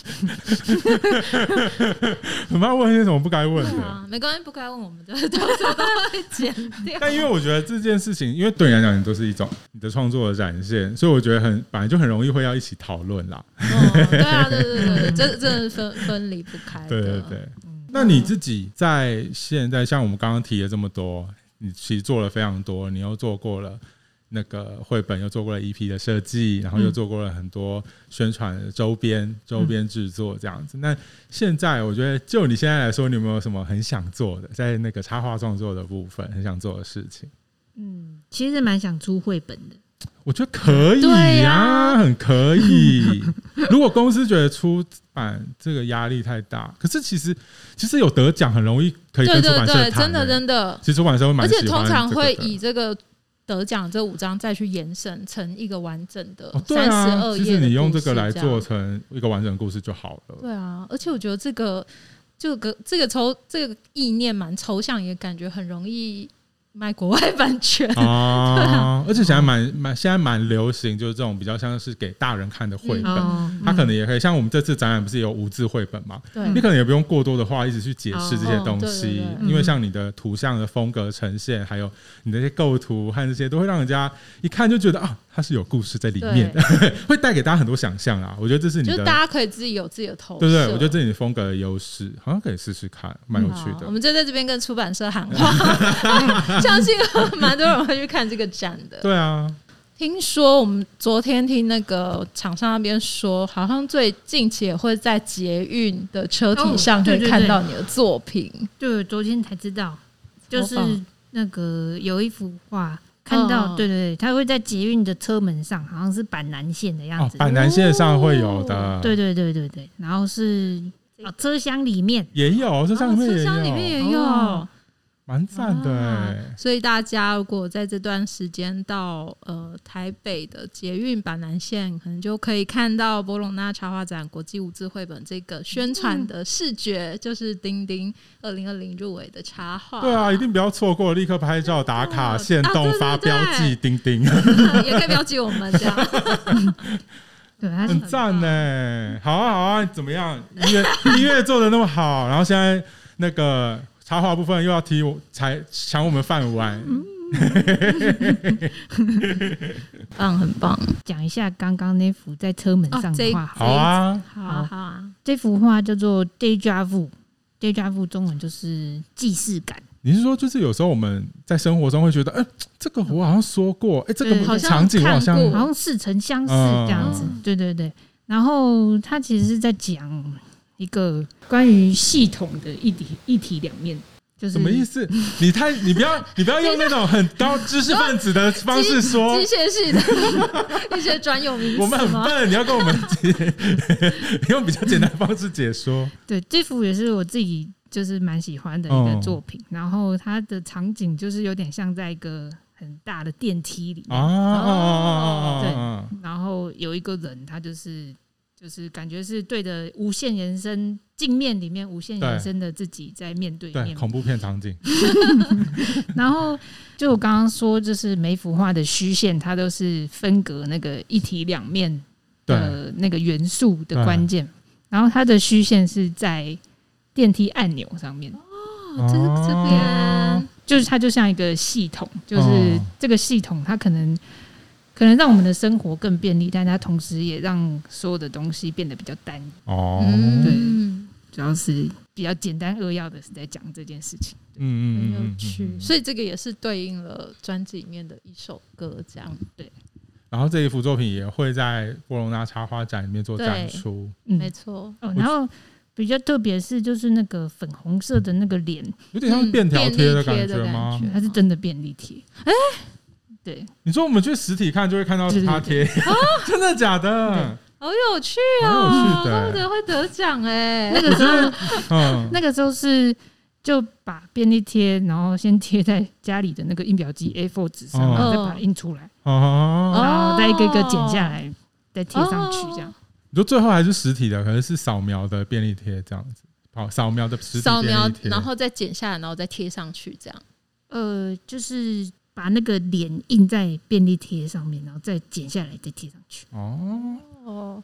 很怕问一些什么不该问的。 啊，没关系，不该问我们的，到时候都会剪掉。 但因为我觉得这件事情，因为对你来讲，你都是一种你的创作的展现，所以我觉得很本来就很容易会要一起讨论啦。 哦，对啊，对对对对，这真的分分离不开的。 对对对。那你自己在现在，像我们刚刚提了这么多，你其实做了非常多，你又做过了那个绘本，又做过了 E P 的设计，然后又做过了很多宣传的周边、周边制作这样子。那现在我觉得，就你现在来说，你有没有什么很想做的，在那个插画创作的部分，很想做的事情？ 嗯，其实蛮想出绘本的。 我觉得可以呀、啊，很可以。如果公司觉得出版这个压力太大，可是其实其实有得奖很容易可以跟出版社谈、欸， 真的真的。 其实出版社会蛮喜欢这个的， 而且通常会以这个得奖这五章再去延伸成一个完整的三十二页的故事、哦啊、其实你用这个来做成一个完整的故事就好了。 对啊，而且我觉得这个这个这个抽这个意念蛮抽象，也感觉很容易卖国外版权啊， 啊而且现在蛮蛮现在蛮流行，就是这种比较像是给大人看的绘本，嗯、它可能也可以像我们这次展览不是有无字绘本嘛？你可能也不用过多的话一直去解释这些东西，哦、对对对因为像你的图像的风格呈现，还有你的一些构图和这些，都会让人家一看就觉得啊，它是有故事在里面，会带给大家很多想象啊。我觉得这是你的， 就是大家可以自己有自己的投射， 对不对？我觉得这是你风格的优势，好像可以试试看，蛮有趣的。 我们就在这边跟出版社喊话。相信蛮多人会去看这个展的。 对啊， 听说我们昨天听那个厂商那边说，好像最近期也会在捷运的车体上可以看到你的作品。 哦、对, 对, 对，昨天才知道，就是那个有一幅画。看到，对对对，它会在捷运的车门上，好像是板南线的样子。 哦、板南线上会有的。哦、 对对对对对，然后是、哦、车厢里面也有，车厢里面也有， 车厢里面也有。哦蛮赞的、欸啊、 所以大家如果在这段时间到呃台北的捷运板南线，可能就可以看到波隆那插画展国际无字绘本这个宣传的视觉，嗯、就是丁丁二零二零入围的插画。 对啊，一定不要错过，立刻拍照打卡、限动、啊、发标记丁丁， 也可以标记我们这样。 对， 很赞呢。好啊好啊，怎么样？音乐音乐做的那么好，然后现在那个。插画部分又要踢才抢我们饭碗， 棒，很棒。 讲一下刚刚那幅在车门上的画、哦， 好啊， 好啊，好啊。 这幅画叫做 Déjà Vu，Déjà Vu 中文就是既视感。 你是说，就是有时候我们在生活中会觉得，哎、欸，这个我好像说过，哎、欸，这个场景我好像好像似曾相识这样子，嗯、对对对。然后他其实是在讲。一个关于系统的一体一体两面，就是什么意思？你太你不要你不要用那种很高知识分子的方式说机械系的一些专有名词。 我们很笨，你要跟我们用比较简单的方式解说。 对，这幅也是我自己就是蛮喜欢的一个作品，哦、然后它的场景就是有点像在一个很大的电梯里面，哦，对，然后有一个人，他就是。就是感觉是对着无限延伸镜面里面无限延伸的自己在面对面， 对恐怖片场景。 然后就我刚刚说，就是每幅画的虚线，它都是分隔那个一体两面的那个元素的关键。然后它的虚线是在电梯按钮上面。 哦，这这边就是它就像一个系统，就是这个系统它可能。可能让我们的生活更便利，但它同时也让所有的东西变得比较单一。哦，对，主要是比较简单扼要的是在讲这件事情。 嗯嗯，很有趣。所以这个也是对应了专辑里面的一首歌，这样对。 然后这一幅作品也会在波隆那插画展里面做展出， 嗯、没错。 哦，然后比较特别是就是那个粉红色的那个脸， 有点像是便条贴的感觉吗？ 它是真的便利贴。哎、欸。对， 你说我们去实体看就会看到他贴，真的假的？ 好有趣哦， 好有趣的， 怪不得会得奖哎。 那个时候，嗯，那个时候是就把便利贴，然后先贴在家里的那个印表机 A 四 纸上，然后再把它印出来，哦，然后再一个一个剪下来，再贴上去，这样。 你说最后还是实体的，可能是扫描的便利贴这样子，好，扫描的实体便利贴，扫描， 然后再剪下来，然后再贴上去，这样。 呃，就是。把那个脸印在便利贴上面，然后再剪下来再贴上去。 哦，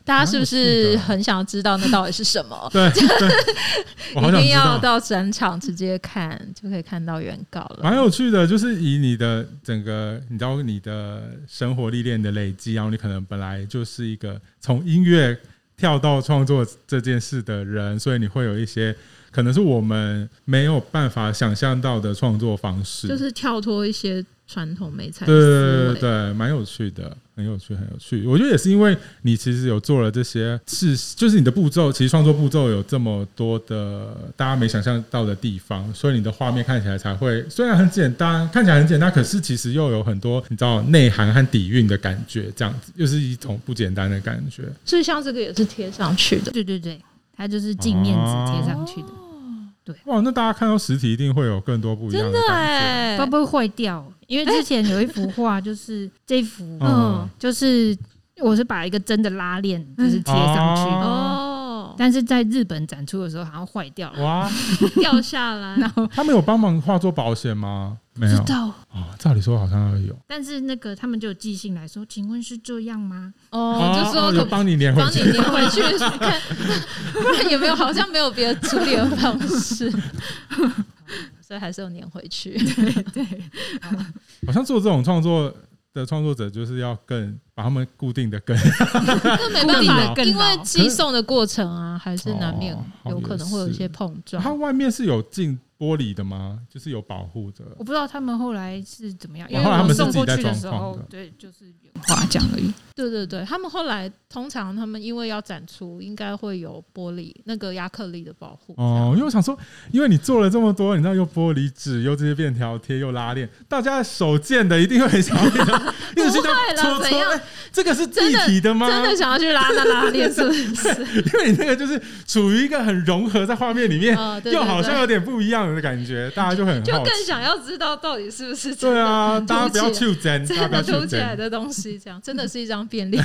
大家是不是很想知道那到底是什么？ 对对，我好想知道， 一定要到展场直接看，就可以看到原稿了。 蛮有趣的，就是以你的整个，你知道你的生活历练的累积，然后你可能本来就是一个从音乐跳到创作这件事的人，所以你会有一些可能是我们没有办法想象到的创作方式， 就是跳脱一些传统媒材思对对维。 对对，蛮有趣的，很有趣，很有趣。我觉得也是因为你其实有做了这些事，就是你的步骤，其实创作步骤有这么多的大家没想象到的地方，所以你的画面看起来才会虽然很简单，看起来很简单，可是其实又有很多你知道内涵和底蕴的感觉，这样子又是一种不简单的感觉。 所以像这个也是贴上去的， 对对对，它就是镜面纸贴上去的。哦对， 哇，那大家看到实体一定会有更多不一样的感觉， 欸、 会不会坏掉？因为之前有一幅画，就是这幅， 嗯， 就是我是把一个真的拉链就是贴上去的， 哦， 但是在日本展出的时候好像坏掉了， 哇， 掉下来。 然后他们有帮忙画作保险吗？没有， 不知道哦，照理说好像要有， 但是那个他们就有寄信来说，请问是这样吗？ 哦，就说有帮你粘回去， 帮你粘回去看，不然有没有好像没有别的处理的方式，所以还是有粘回去。 对对， 好像做这种创作的创作者就是要更把他们固定的更， 那没办法， 更因为寄送的过程啊，还是难免哦有可能会有一些碰撞。 它外面是有进玻璃的吗？就是有保护的？ 我不知道他们后来是怎么样，因为后来他们是送过自己在装去的时候潢的， 对，就是原画这样而已。 对对对，他们后来通常他们因为要展出，应该会有玻璃那个亚克力的保护。 哦，因为我想说，因为你做了这么多，你知道又玻璃纸，又这些便条贴，又拉链，大家手贱的一定会很想要一直去搓搓，哎，这个是立体的吗？ 真的想要去拉那拉链是不是？ 因为你那个就是处于一个很融合在画面里面， 哦、对对对， 又好像有点不一样的感觉，大家就很好奇， 就更想要知道到底是不是对啊，大家不要去真， 真的凸起来的东西，这样真的是一张便利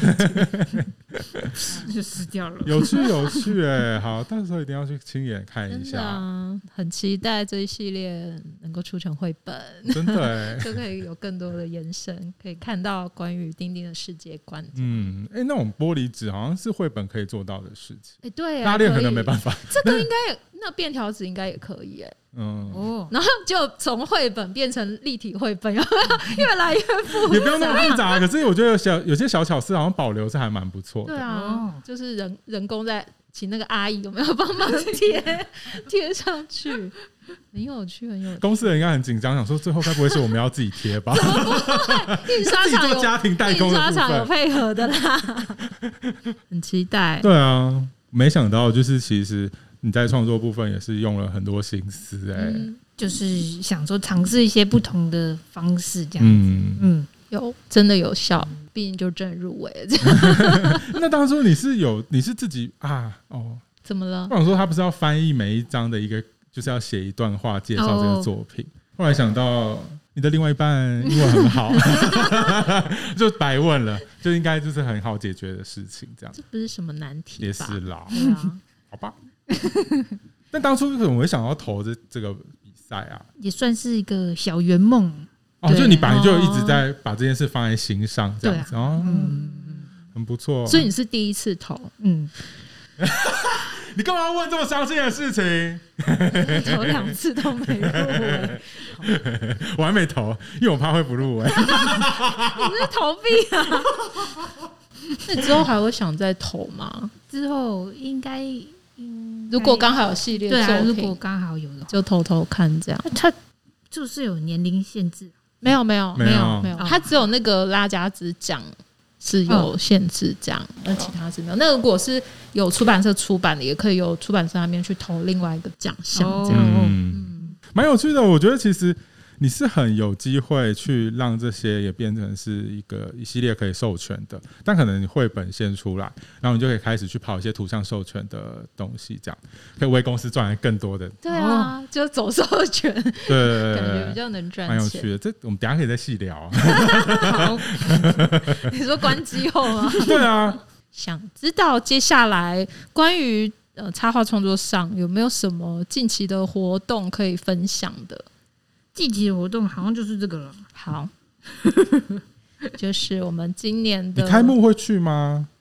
就撕掉了， 有趣有趣哎、欸，好，到时候一定要去亲眼看一下， 啊、很期待这一系列能够出成绘本， 真的哎、欸， 就可以有更多的延伸，可以看到关于丁丁的世界观。 嗯，哎、欸，那种玻璃纸好像是绘本可以做到的事情， 哎、欸，对、啊， 拉链可能没办法， 这个应该也那便条纸应该也可以哎、欸。 嗯哦，然后就从绘本变成立体绘本，越来越复杂， 也不用那么复杂。可是我觉得有小有些小巧思好像保留是还蛮不错的。 对啊，哦、就是人人工在请那个阿姨有没有帮忙贴贴上去，很有趣，很有趣。 公司人应该很紧张，想说最后该不会是我们要自己贴吧？ 怎么不会？印刷厂有家庭代工的部分， 印刷厂有配合的啦，很期待。 对啊，没想到就是其实。你在创作部分也是用了很多心思哎、欸嗯， 就是想说尝试一些不同的方式这样子， 嗯嗯， 有真的有效，毕竟就真的入围了这样。 那当初你是有你是自己啊哦？ 怎么了？ 我想说他不是要翻译每一章的一个，就是要写一段话介绍这个作品。哦、后来想到你的另外一半英文很好，就白问了，就应该就是很好解决的事情，这样这不是什么难题吧？ 也是啦， 对啊， 好吧。但当初为什么会想要投这这个比赛啊？ 也算是一个小圆梦哦，就你本来就一直在把这件事放在心上，这样子、 啊、 哦，嗯，很不错。 所以你是第一次投， 嗯， 你干嘛要问这么伤心的事情？ 投两次都没入围， 我还没投，因为我怕会不入围。你是逃避啊？那你之后还会想再投吗？ 之后应该， 如果刚好有系列作品， 对啊，如果刚好有的话， 就偷偷看这样。 它就是有年龄限制， 没有没有没有没有，它只有那个拉加兹奖是有限制这样，那、哦、其他是没有。那如果是有出版社出版的，也可以由出版社那边去投另外一个奖项这样。 嗯，蛮、嗯、有趣的。我觉得其实。你是很有机会去让这些也变成是一个一系列可以授权的，但可能你绘本先出来，然后你就可以开始去跑一些图像授权的东西，这样可以为公司赚来更多的。 对啊，哦、就走授权， 对， 感觉比较能赚钱， 蛮有趣的。这我们等一下可以再细聊、啊。 好，你说关机后吗？ 对啊， 想知道接下来关于呃插画创作上有没有什么近期的活动可以分享的？ 近期的活动好像就是这个了。 好，就是我们今年的你开幕会去吗？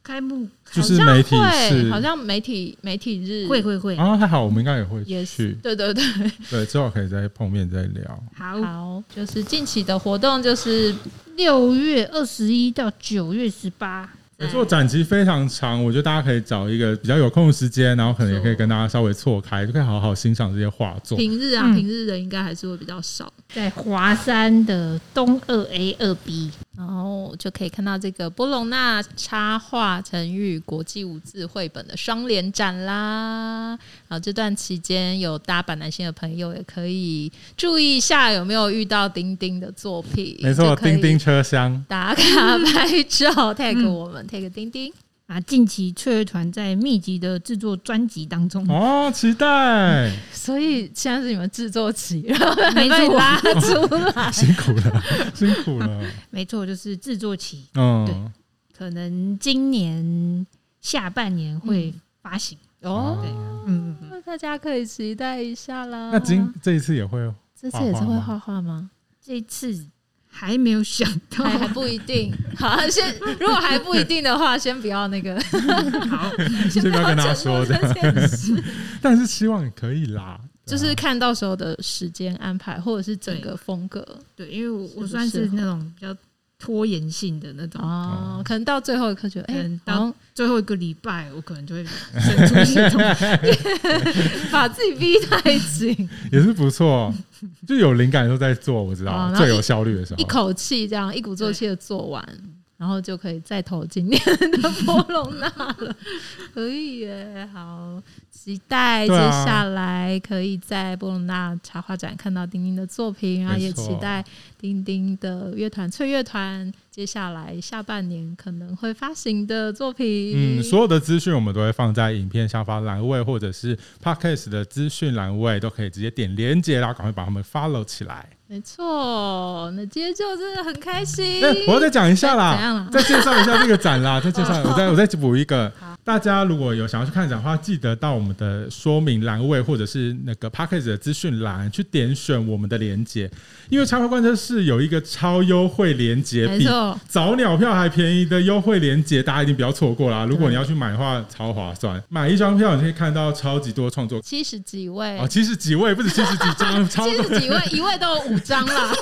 开幕就是媒体是好像媒体媒体日会会会啊，还好我们应该也会去， 也是对对对对，之后可以再碰面再聊。 好， 好，就是近期的活动就是六月二十一到九月十八。 没错，展期非常长，我觉得大家可以找一个比较有空的时间，然后可能也可以跟大家稍微错开，就可以好好欣赏这些画作。 平日啊， 嗯、 平日的应该还是会比较少， 在华山的东二 A 二 B， 然后就可以看到这个波隆纳插画成语国际无字绘本的双联展啦。然后这段期间有搭板南线的朋友也可以注意一下有没有遇到丁丁的作品。 没错，丁丁车厢打卡拍照 tag 我们、嗯、tag 丁丁啊。近期翠乐团在密集的制作专辑当中哦，期待、 嗯、所以现在是你们制作期，然后把你拉出来辛苦了辛苦了没错，就是制作期。 嗯， 对，可能今年下半年会发行、 嗯、哦， 对，嗯， 那大家可以期待一下啦。 那今这一次也会画画吗？ 这次也是会画画吗？ 这一次还没有想到， 还还不一定。好，先如果还不一定的话，先不要那个， 好， 先不要跟他说这样。但是希望也可以啦， 就是看到时候的时间安排，或者是整个风格。 对，因为我我算是那种比较拖延性的那种哦，可能到最后一刻觉得，哎、欸， 到最后一个礼拜，我可能就会生出一种把自己逼太紧， 也是不错。就有灵感的时候在做，我知道、哦、最有效率的时候， 一口气这样一鼓作气的做完，然后就可以再投今年的波隆纳了。可以耶，好期待接下来可以在波隆纳插画展看到丁丁的作品，然后也期待丁丁的乐团翠乐团接下来下半年可能会发行的作品。 嗯，所有的资讯我们都会放在影片下方栏位，或者是 Podcast 的资讯栏位，都可以直接点连结，然后赶快把他们 follow 起来。 没错，那今天就真的很开心。 欸、我要再讲一下啦， 怎样啦？ 再介绍一下这个展啦，再介绍，我再我再补一个。大家如果有想要去看展的话，记得到我们的说明栏位或者是那个 Podcast 的资讯栏去点选我们的连结，因为插画观测室有一个超优惠连结，比早鸟票还便宜的优惠连结，大家一定不要错过啦。如果你要去买的话，超划算，买一张票你可以看到超级多创作， 七十几位哦，七十几位不止七十几张，超七十几位，一位都有五张啦，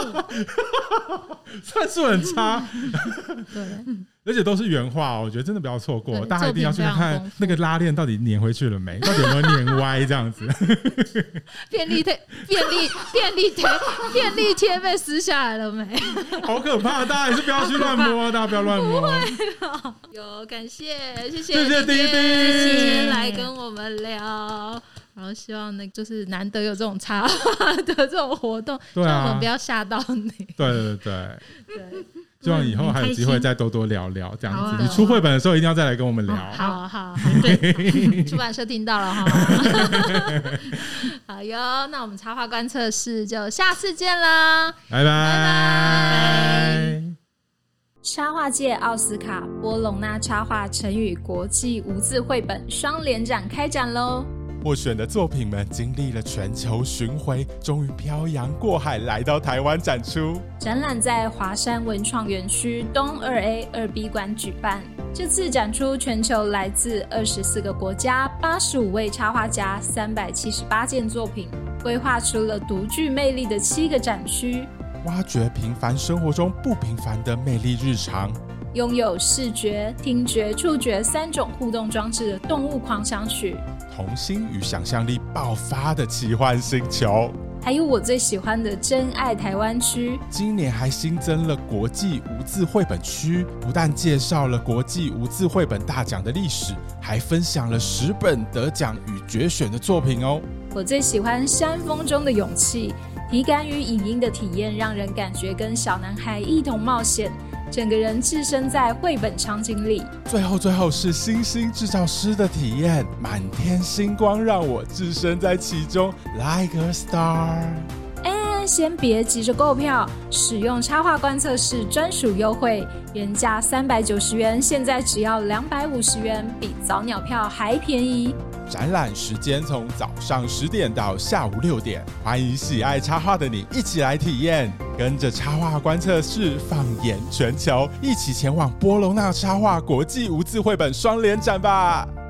算数很差。 对。 而且都是原画、哦，我觉得真的不要错过，大家一定要去看那个拉链到底粘回去了没，到底有没有粘歪这样子。 便利贴、便利便利贴、便利贴被撕下来了没？ 好可怕！大家还是不要去乱摸，大家不要乱摸。 有感谢，谢谢， 谢谢丁丁， 今天来跟我们聊。然后希望那就是难得有这种插画的这种活动，希望我们不要吓到你。 对对对对。希望以后还有机会再多多聊聊这样子。 啊、 你出绘本的时候一定要再来跟我们聊。 哦、好好好，对，出版社听到了哈。好哟，那我们插画观测室就下次见啦， 拜拜拜拜。 插画界奥斯卡波隆纳插画成语国际无字绘本双联展开展喽！ 获选的作品们经历了全球巡回，终于漂洋过海来到台湾展出。 展览在华山文创园区东二 A 二 B 馆举办。这次展出全球来自二十四个国家八十五位插画家三百七十八件作品，规划出了独具魅力的七个展区， 挖掘平凡生活中不平凡的魅力日常。 拥有视觉、听觉、触觉三种互动装置的动物狂想曲， 童心与想象力爆发的奇幻星球， 还有我最喜欢的真爱台湾区。 今年还新增了国际无字绘本区，不但介绍了国际无字绘本大奖的历史，还分享了十本得奖与决选的作品哦。 我最喜欢山峰中的勇气，体感与影音的体验让人感觉跟小男孩一同冒险，整个人置身在绘本场景里。 最后最后是星星制造师的体验，满天星光让我置身在其中 like a star。 哎，先别急着购票，使用插画观测室专属优惠，原价三百九十元，现在只要两百五十元，比早鸟票还便宜。 展览时间从早上十点到下午六点，欢迎喜爱插画的你一起来体验，跟着插画观测室放眼全球，一起前往波隆纳插画国际无字绘本双联展吧。